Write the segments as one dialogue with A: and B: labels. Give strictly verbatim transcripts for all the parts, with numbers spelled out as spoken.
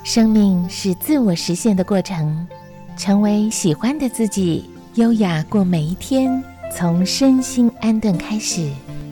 A: 生命是自我实现的过程，成为喜欢的自己，优雅过每一天，从身心安顿开始。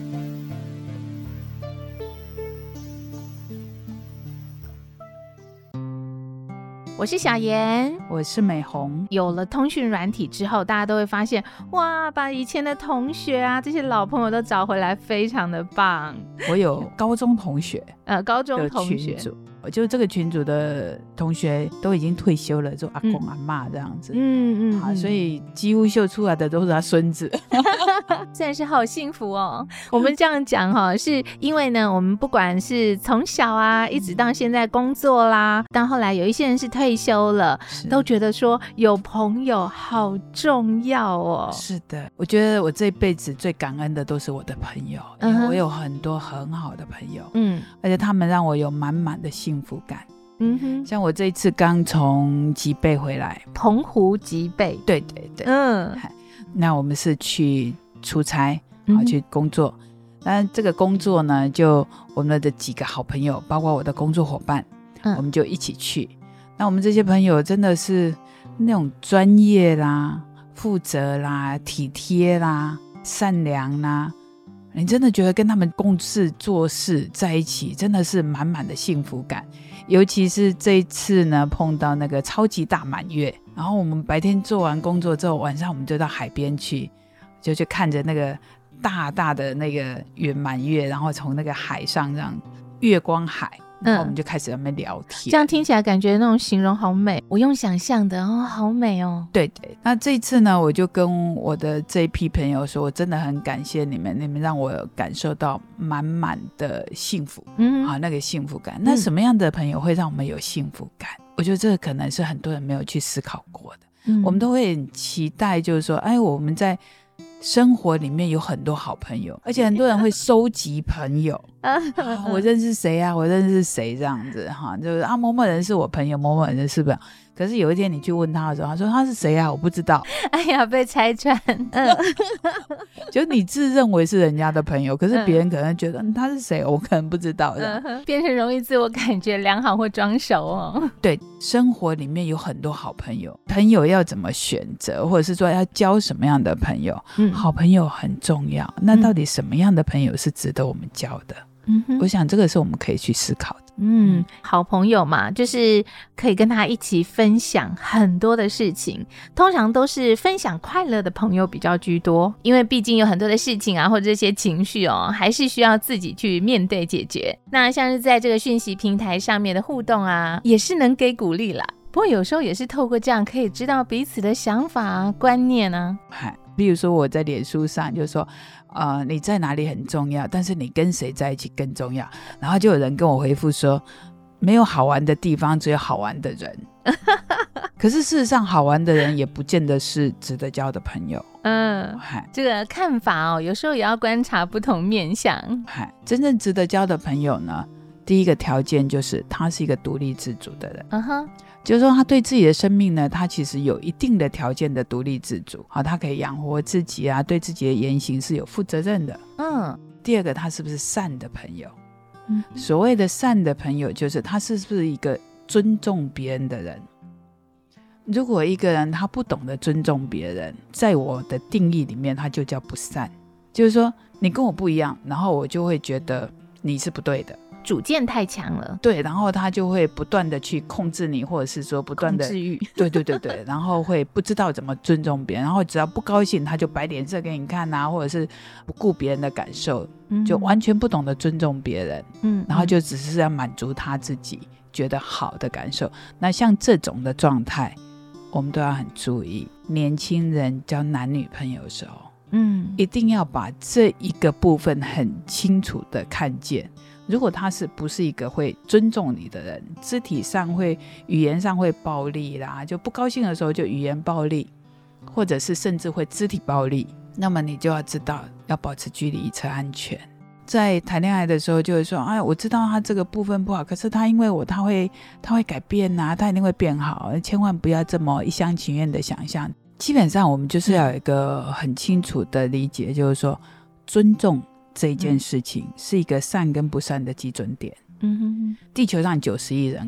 A: 我是小妍，
B: 我是美红。
A: 有了通讯软体之后，大家都会发现，哇，把以前的同学啊，这些老朋友都找回来，非常的棒。
B: 我有高中同学，
A: 呃，高中同学，
B: 就这个群组的同学都已经退休了，就阿公、嗯、阿嬷这样子，
A: 嗯嗯，
B: 好，所以几乎秀出来的都是他孙子，
A: 真的是好幸福哦。我们这样讲哈、哦，是因为呢，我们不管是从小啊，一直到现在工作啦，到后来有一些人是退休了，都觉得说有朋友好重要哦。
B: 是的，我觉得我这辈子最感恩的都是我的朋友，因为我有很多很好的朋友，嗯，而且他们让我有满满的幸福幸福感。嗯哼，像我这一次刚从吉备回来，
A: 澎湖吉备，
B: 对对对，
A: 嗯，
B: 那我们是去出差，好去工作。那、嗯、这个工作呢，就我们的几个好朋友，包括我的工作伙伴，嗯、我们就一起去。那我们这些朋友真的是那种专业啦、负责啦、体贴啦、善良啦。你真的觉得跟他们共事做事在一起真的是满满的幸福感，尤其是这一次呢碰到那个超级大满月，然后我们白天做完工作之后，晚上我们就到海边去，就去看着那个大大的那个圆满月，然后从那个海上这样月光海，然后我们就开始在那边聊天、嗯、
A: 这样听起来感觉那种形容好美，我用想象的哦，好美哦。
B: 对对，那这一次呢，我就跟我的这一批朋友说，我真的很感谢你们，你们让我感受到满满的幸福，嗯，好，那个幸福感。那什么样的朋友会让我们有幸福感？我觉得这个可能是很多人没有去思考过的。嗯、我们都会很期待，就是说，哎，我们在生活里面有很多好朋友，而且很多人会收集朋友、啊、我认识谁啊，我认识谁这样子哈，就是啊，某某人是我朋友，某某人是不是？可是有一天你去问他的时候，他说他是谁啊，我不知道。
A: 哎呀，被拆穿。嗯，
B: 就你自认为是人家的朋友，可是别人可能觉得、嗯、他是谁，我可能不知道的、
A: 嗯、变成容易自我感觉良好或装熟哦。
B: 对，生活里面有很多好朋友，朋友要怎么选择，或者是说要交什么样的朋友、嗯、好朋友很重要，那到底什么样的朋友是值得我们交的？嗯，我想这个是我们可以去思考的。
A: 嗯，好朋友嘛，就是可以跟他一起分享很多的事情，通常都是分享快乐的朋友比较居多，因为毕竟有很多的事情啊，或者这些情绪哦，还是需要自己去面对解决。那像是在这个讯息平台上面的互动啊，也是能给鼓励啦。不过有时候也是透过这样可以知道彼此的想法啊、观念啊。
B: 比如说我在脸书上就说呃，你在哪里很重要，但是你跟谁在一起更重要，然后就有人跟我回复说没有好玩的地方，只有好玩的人可是事实上好玩的人也不见得是值得交的朋友。嗯，
A: 这个看法哦，有时候也要观察不同面向。
B: 真正值得交的朋友呢，第一个条件就是他是一个独立自主的人。嗯哼，就是说他对自己的生命呢，他其实有一定的条件的独立自主，好，他可以养活自己啊，对自己的言行是有负责任的。嗯，第二个，他是不是善的朋友？嗯，所谓的善的朋友就是他是不是一个尊重别人的人。如果一个人他不懂得尊重别人，在我的定义里面他就叫不善，就是说你跟我不一样，然后我就会觉得你是不对的，
A: 主见太强了。
B: 对，然后他就会不断的去控制你，或者是说不断的
A: 控制欲。
B: 对对对对，然后会不知道怎么尊重别人，然后只要不高兴他就摆脸色给你看啊，或者是不顾别人的感受、嗯、就完全不懂得尊重别人。嗯，然后就只是要满足他自己觉得好的感受。那像这种的状态我们都要很注意，年轻人交男女朋友的时候，嗯，一定要把这一个部分很清楚的看见。如果他是不是一个会尊重你的人，肢体上会语言上会暴力啦，就不高兴的时候就语言暴力，或者是甚至会肢体暴力，那么你就要知道要保持距离以策安全。在谈恋爱的时候就会说，哎，我知道他这个部分不好，可是他因为我他会他会改变啊，他一定会变好，千万不要这么一厢情愿的想象。基本上我们就是要有一个很清楚的理解，就是说尊重这一件事情是一个善跟不善的基准点。嗯哼哼，地球上九十亿人口，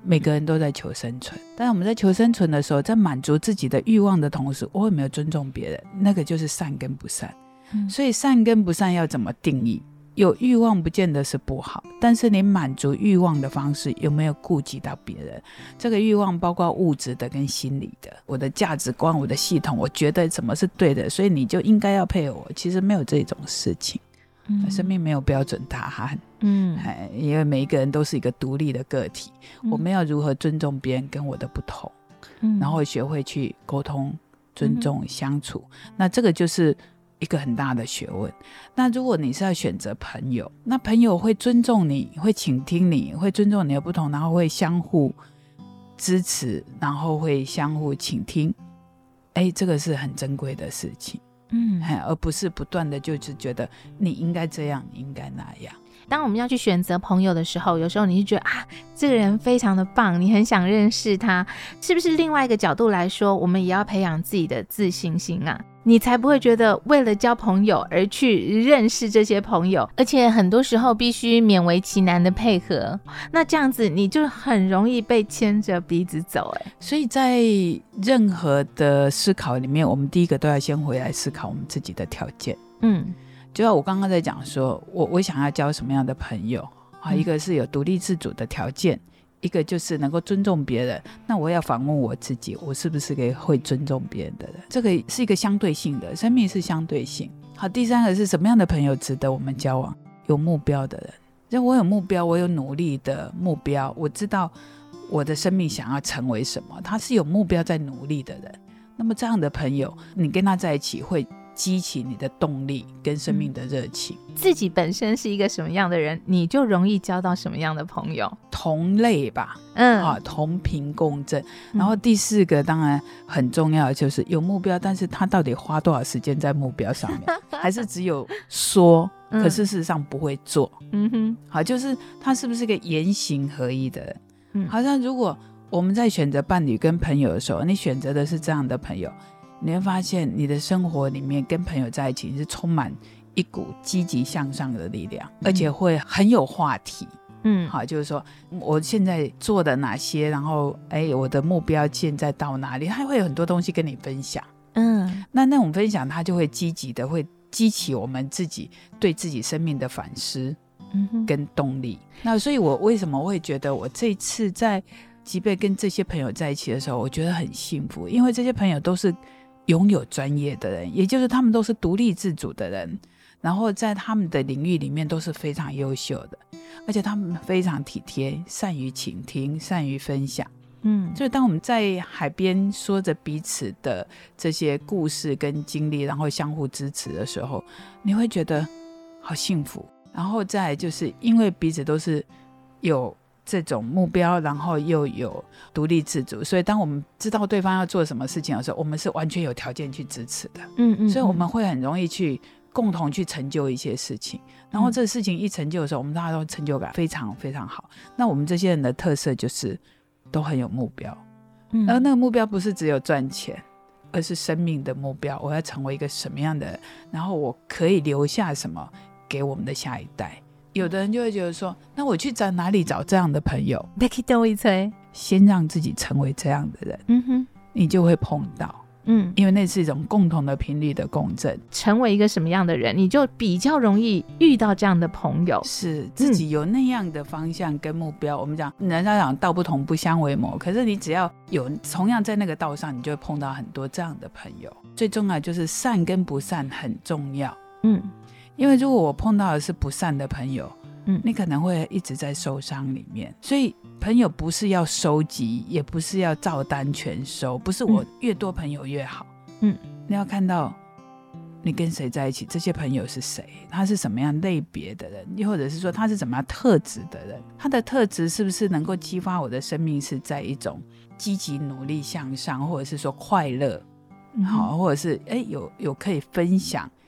B: 每个人都在求生存，但是我们在求生存的时候，在满足自己的欲望的同时，我有没有尊重别人，那个就是善跟不善、嗯、所以善跟不善要怎么定义？有欲望不见得是不好，但是你满足欲望的方式有没有顾及到别人？这个欲望包括物质的跟心理的，我的价值观，我的系统，我觉得什么是对的，所以你就应该要配合我，其实没有这种事情、嗯、生命没有标准答案，嗯，因为每一个人都是一个独立的个体、嗯、我们要如何尊重别人跟我的不同、嗯、然后学会去沟通尊重相处、嗯、那这个就是一个很大的学问。那如果你是要选择朋友，那朋友会尊重你，会倾听你，会尊重你的不同，然后会相互支持，然后会相互倾听，哎，这个是很珍贵的事情，嗯，而不是不断的就是觉得你应该这样，你应该那样。
A: 当我们要去选择朋友的时候，有时候你就觉得啊，这个人非常的棒，你很想认识他，是不是另外一个角度来说，我们也要培养自己的自信心啊，你才不会觉得为了交朋友而去认识这些朋友，而且很多时候必须勉为其难的配合，那这样子你就很容易被牵着鼻子走。哎，
B: 所以在任何的思考里面，我们第一个都要先回来思考我们自己的条件。嗯，就像我刚刚在讲说我我想要交什么样的朋友、嗯、一个是有独立自主的条件，一个就是能够尊重别人。那我要反问我自己，我是不是个会尊重别人的人？这个是一个相对性的，生命是相对性。好，第三个是什么样的朋友值得我们交往？有目标的人。就我有目标，我有努力的目标，我知道我的生命想要成为什么，他是有目标在努力的人。那么这样的朋友，你跟他在一起会激起你的动力跟生命的热情、
A: 嗯、自己本身是一个什么样的人，你就容易交到什么样的朋友，
B: 同类吧，嗯、啊，同频共振。然后第四个当然很重要的就是有目标，但是他到底花多少时间在目标上面还是只有说可是事实上不会做。嗯哼，好，就是他是不是个言行合一的人、嗯、好像如果我们在选择伴侣跟朋友的时候，你选择的是这样的朋友，你会发现你的生活里面跟朋友在一起，你是充满一股积极向上的力量、嗯、而且会很有话题。嗯，好，就是说我现在做的哪些，然后哎，我的目标现在到哪里，他会有很多东西跟你分享。嗯，那那种分享他就会积极的会激起我们自己对自己生命的反思跟动力、嗯、那所以我为什么会觉得我这次在吉贝跟这些朋友在一起的时候，我觉得很幸福，因为这些朋友都是拥有专业的人，也就是他们都是独立自主的人，然后在他们的领域里面都是非常优秀的，而且他们非常体贴，善于倾听，善于分享。嗯，所以当我们在海边说着彼此的这些故事跟经历，然后相互支持的时候，你会觉得好幸福。然后再来就是因为彼此都是有这种目标，然后又有独立自主，所以当我们知道对方要做什么事情的时候，我们是完全有条件去支持的。嗯 嗯, 嗯，所以我们会很容易去共同去成就一些事情，然后这个事情一成就的时候，我们大家都成就感非常非常好。那我们这些人的特色就是都很有目标，嗯，而那个目标不是只有赚钱，而是生命的目标，我要成为一个什么样的人，然后我可以留下什么给我们的下一代。有的人就会觉得说，那我去找哪里找这样的朋友？先让自己成为这样的人，嗯哼，你就会碰到，嗯，因为那是一种共同的频率的共振。
A: 成为一个什么样的人，你就比较容易遇到这样的朋友。
B: 是自己有那样的方向跟目标、嗯、我们讲人家讲道不同不相为谋，可是你只要有同样在那个道上，你就会碰到很多这样的朋友。最重要就是善跟不善很重要，嗯，因为如果我碰到的是不善的朋友，嗯，你可能会一直在受伤里面。所以朋友不是要收集，也不是要照单全收，不是我越多朋友越好，嗯，你要看到你跟谁在一起，这些朋友是谁，他是什么样类别的人，又或者是说他是怎么样特质的人，他的特质是不是能够激发我的生命是在一种积极努力向上，或者是说快乐、嗯、好，或者是哎有有可以分享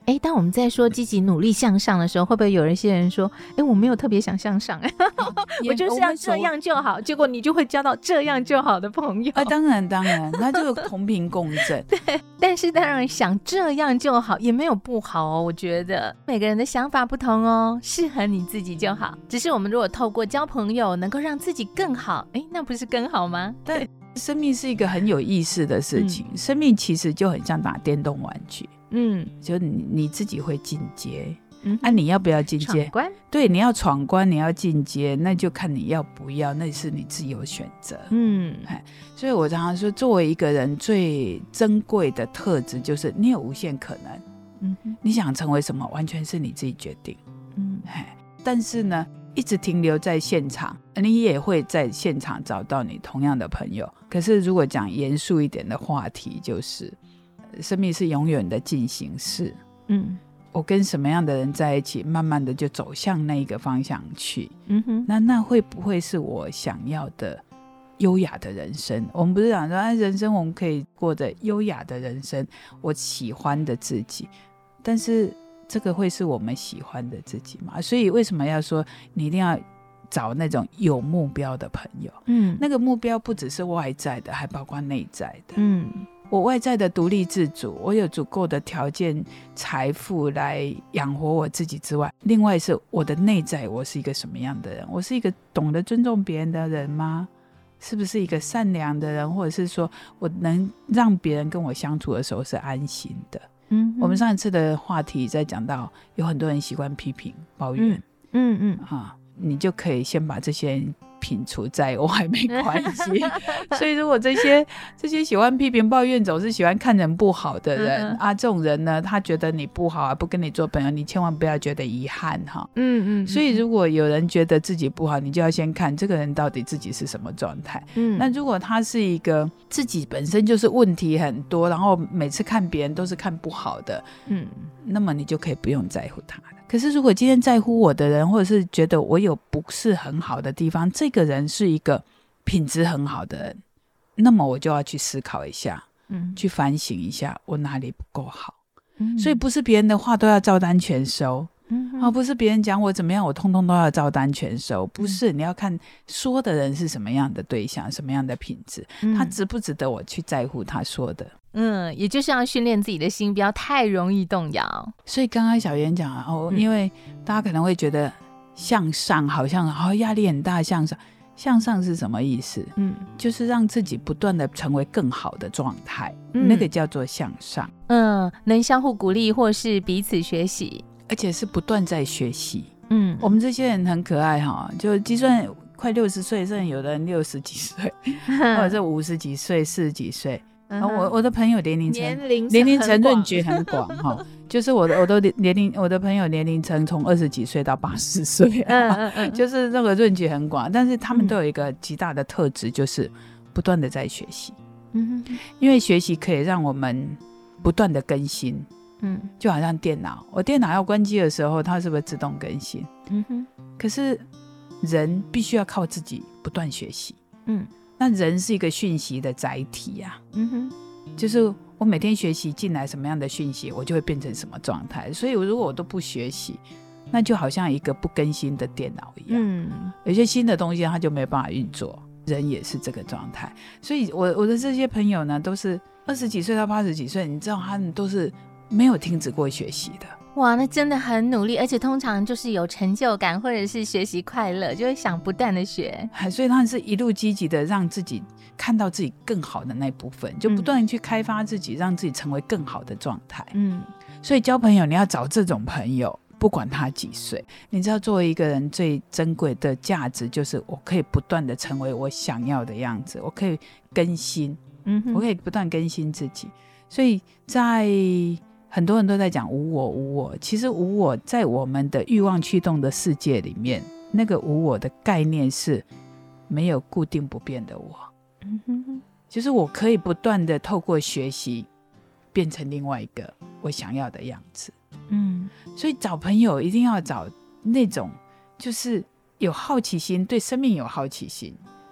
A: 哎，当我们在说积极努力向上的时候，会不会有一些人说，哎，我没有特别想向上，我就是要这样就好，结果你就会交到这样就好的朋友
B: 啊？当然当然，那就同频共振。
A: 对，但是当然想这样就好也没有不好哦，我觉得每个人的想法不同哦，适合你自己就好。只是我们如果透过交朋友能够让自己更好，哎，那不是更好吗？
B: 对，生命是一个很有意思的事情、嗯、生命其实就很像打电动玩具，嗯，就 你, 你自己会进阶，嗯，啊，你要不要进阶？闯关，对，你要闯关，你要进阶，那就看你要不要，那是你自由选择，嗯，所以我常常说，作为一个人最珍贵的特质就是你有无限可能，嗯，你想成为什么，完全是你自己决定，嗯，但是呢，一直停留在现场，你也会在现场找到你同样的朋友。可是如果讲严肃一点的话题，就是生命是永远的进行式，嗯，我跟什么样的人在一起，慢慢的就走向那个方向去，嗯哼，那那会不会是我想要的优雅的人生？我们不是讲说、啊、人生我们可以过着优雅的人生，我喜欢的自己，但是这个会是我们喜欢的自己吗？所以为什么要说你一定要找那种有目标的朋友？嗯，那个目标不只是外在的，还包括内在的。嗯，我外在的独立自主，我有足够的条件财富来养活我自己之外，另外是我的内在，我是一个什么样的人？我是一个懂得尊重别人的人吗？是不是一个善良的人？或者是说我能让别人跟我相处的时候是安心的？嗯，我们上一次的话题在讲到有很多人习惯批评抱怨，嗯嗯嗯、啊，你就可以先把这些人摒除在外没关系所以如果这些这些喜欢批评抱怨总是喜欢看人不好的人、嗯、啊，这种人呢，他觉得你不好啊，不跟你做朋友，你千万不要觉得遗憾哈。嗯嗯，所以如果有人觉得自己不好，你就要先看这个人到底自己是什么状态。嗯，那如果他是一个自己本身就是问题很多，然后每次看别人都是看不好的，嗯，那么你就可以不用在乎他了。可是如果今天在乎我的人，或者是觉得我有不是很好的地方，这个人是一个品质很好的人，那么我就要去思考一下，嗯，去反省一下我哪里不够好。嗯，所以不是别人的话都要照单全收，嗯，哦，不是别人讲我怎么样我通通都要照单全收，不是，你要看说的人是什么样的对象，什么样的品质，嗯，他值不值得我去在乎他说的。
A: 嗯，也就是要训练自己的心，不要太容易动摇。
B: 所以刚刚小妍讲哦，因为大家可能会觉得向上好像哦压力很大，向上向上是什么意思？嗯，就是让自己不断的成为更好的状态，嗯，那个叫做向上。
A: 嗯，能相互鼓励或是彼此学习，
B: 而且是不断在学习。嗯，我们这些人很可爱哈，就计算快六十岁，甚至有的人六十几岁，或者是五十几岁、四十几岁。Uh-huh. 我我的朋友年龄层年龄层论据很广哈，就是我的我的年龄我的朋友年龄层从二十几岁到八十岁，嗯嗯，就是这个论据很广，但是他们都有一个极大的特质，就是不断的在学习。嗯，因为学习可以让我们不断的更新。嗯，就好像电脑，我电脑要关机的时候，它是不是自动更新？嗯哼，可是人必须要靠自己不断学习。嗯。那人是一个讯息的载体啊，嗯哼，就是我每天学习进来什么样的讯息，我就会变成什么状态。所以如果我都不学习，那就好像一个不更新的电脑一样，嗯，有些新的东西它就没办法运作。人也是这个状态，所以我我的这些朋友呢，都是二十几岁到八十几岁，你知道他们都是没有停止过学习的。
A: 哇，那真的很努力，而且通常就是有成就感或者是学习快乐，就会想不断的学，
B: 所以他们是一路积极的让自己看到自己更好的那部分，就不断的去开发自己，让自己成为更好的状态。嗯，所以交朋友你要找这种朋友，不管他几岁，你知道作为一个人最珍贵的价值就是我可以不断的成为我想要的样子，我可以更新，嗯，我可以不断更新自己。所以在很多人都在讲无我无我，其实无我在我们的欲望驱动的世界里面，那个无我的概念是没有固定不变的我，嗯哼，就是我可以不断的透过学习变成另外一个我想要的样子。嗯，所以找朋友一定要找那种就是有好奇心，对生命有好奇心，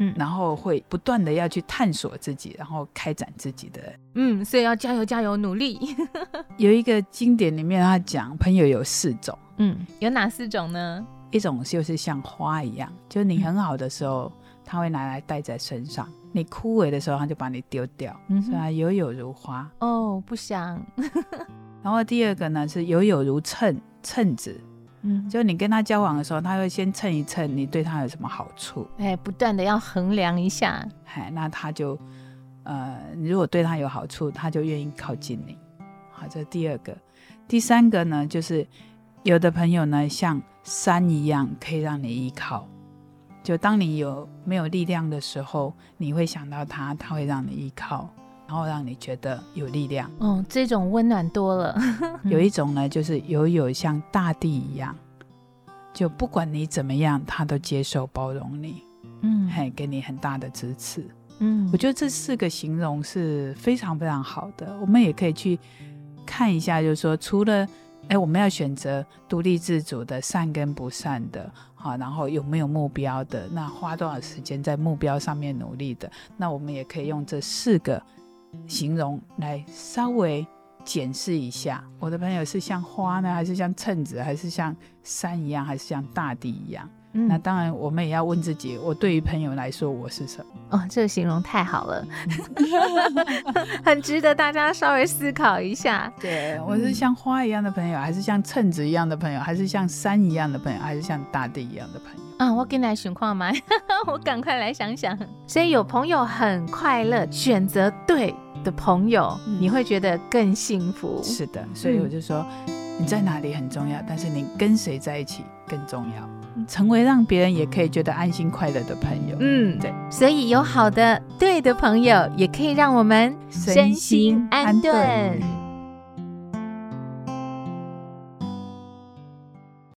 B: 嗯，然后会不断的要去探索自己，然后开展自己的人。
A: 嗯，所以要加油加油努力。
B: 有一个经典里面他讲朋友有四种。
A: 嗯，有哪四种呢？
B: 一种就是像花一样，就是你很好的时候、嗯、他会拿来带在身上，你枯萎的时候他就把你丢掉，嗯，所以他有有如花。
A: 哦，不想。
B: 然后第二个呢是有有如秤秤子，嗯，就你跟他交往的时候他会先称一称你对他有什么好处，
A: 哎，不断的要衡量一下，
B: 哎，那他就呃，你如果对他有好处他就愿意靠近你。好，这是第二个。第三个呢就是有的朋友呢像山一样可以让你依靠，就当你有没有力量的时候你会想到他，他会让你依靠，然后让你觉得有力量。
A: 哦，这种温暖多了。
B: 有一种呢就是有有像大地一样，就不管你怎么样他都接受包容你，嗯，还给你很大的支持。嗯，我觉得这四个形容是非常非常好的。我们也可以去看一下，就是说除了哎，我们要选择独立自主的，善跟不善的，好，然后有没有目标的，那花多少时间在目标上面努力的，那我们也可以用这四个形容来稍微检视一下，我的朋友是像花呢，还是像秤子，还是像山一样，还是像大地一样？嗯，那当然我们也要问自己，我对于朋友来说我是什么？
A: 哦，这个形容太好了。很值得大家稍微思考一下。
B: 对，我是像花一样的朋友，还是像秤子一样的朋友，还是像山一样的朋友，还是像大地一样的朋友？
A: 啊，我跟你来选况吗？我赶快来想想。所以有朋友很快乐，选择对的朋友、嗯、你会觉得更幸福。
B: 是的，所以我就说、嗯、你在哪里很重要，但是你跟谁在一起更重要，成为让别人也可以觉得安心快乐的朋友。
A: 嗯，对，所以有好的对的朋友也可以让我们身心安顿。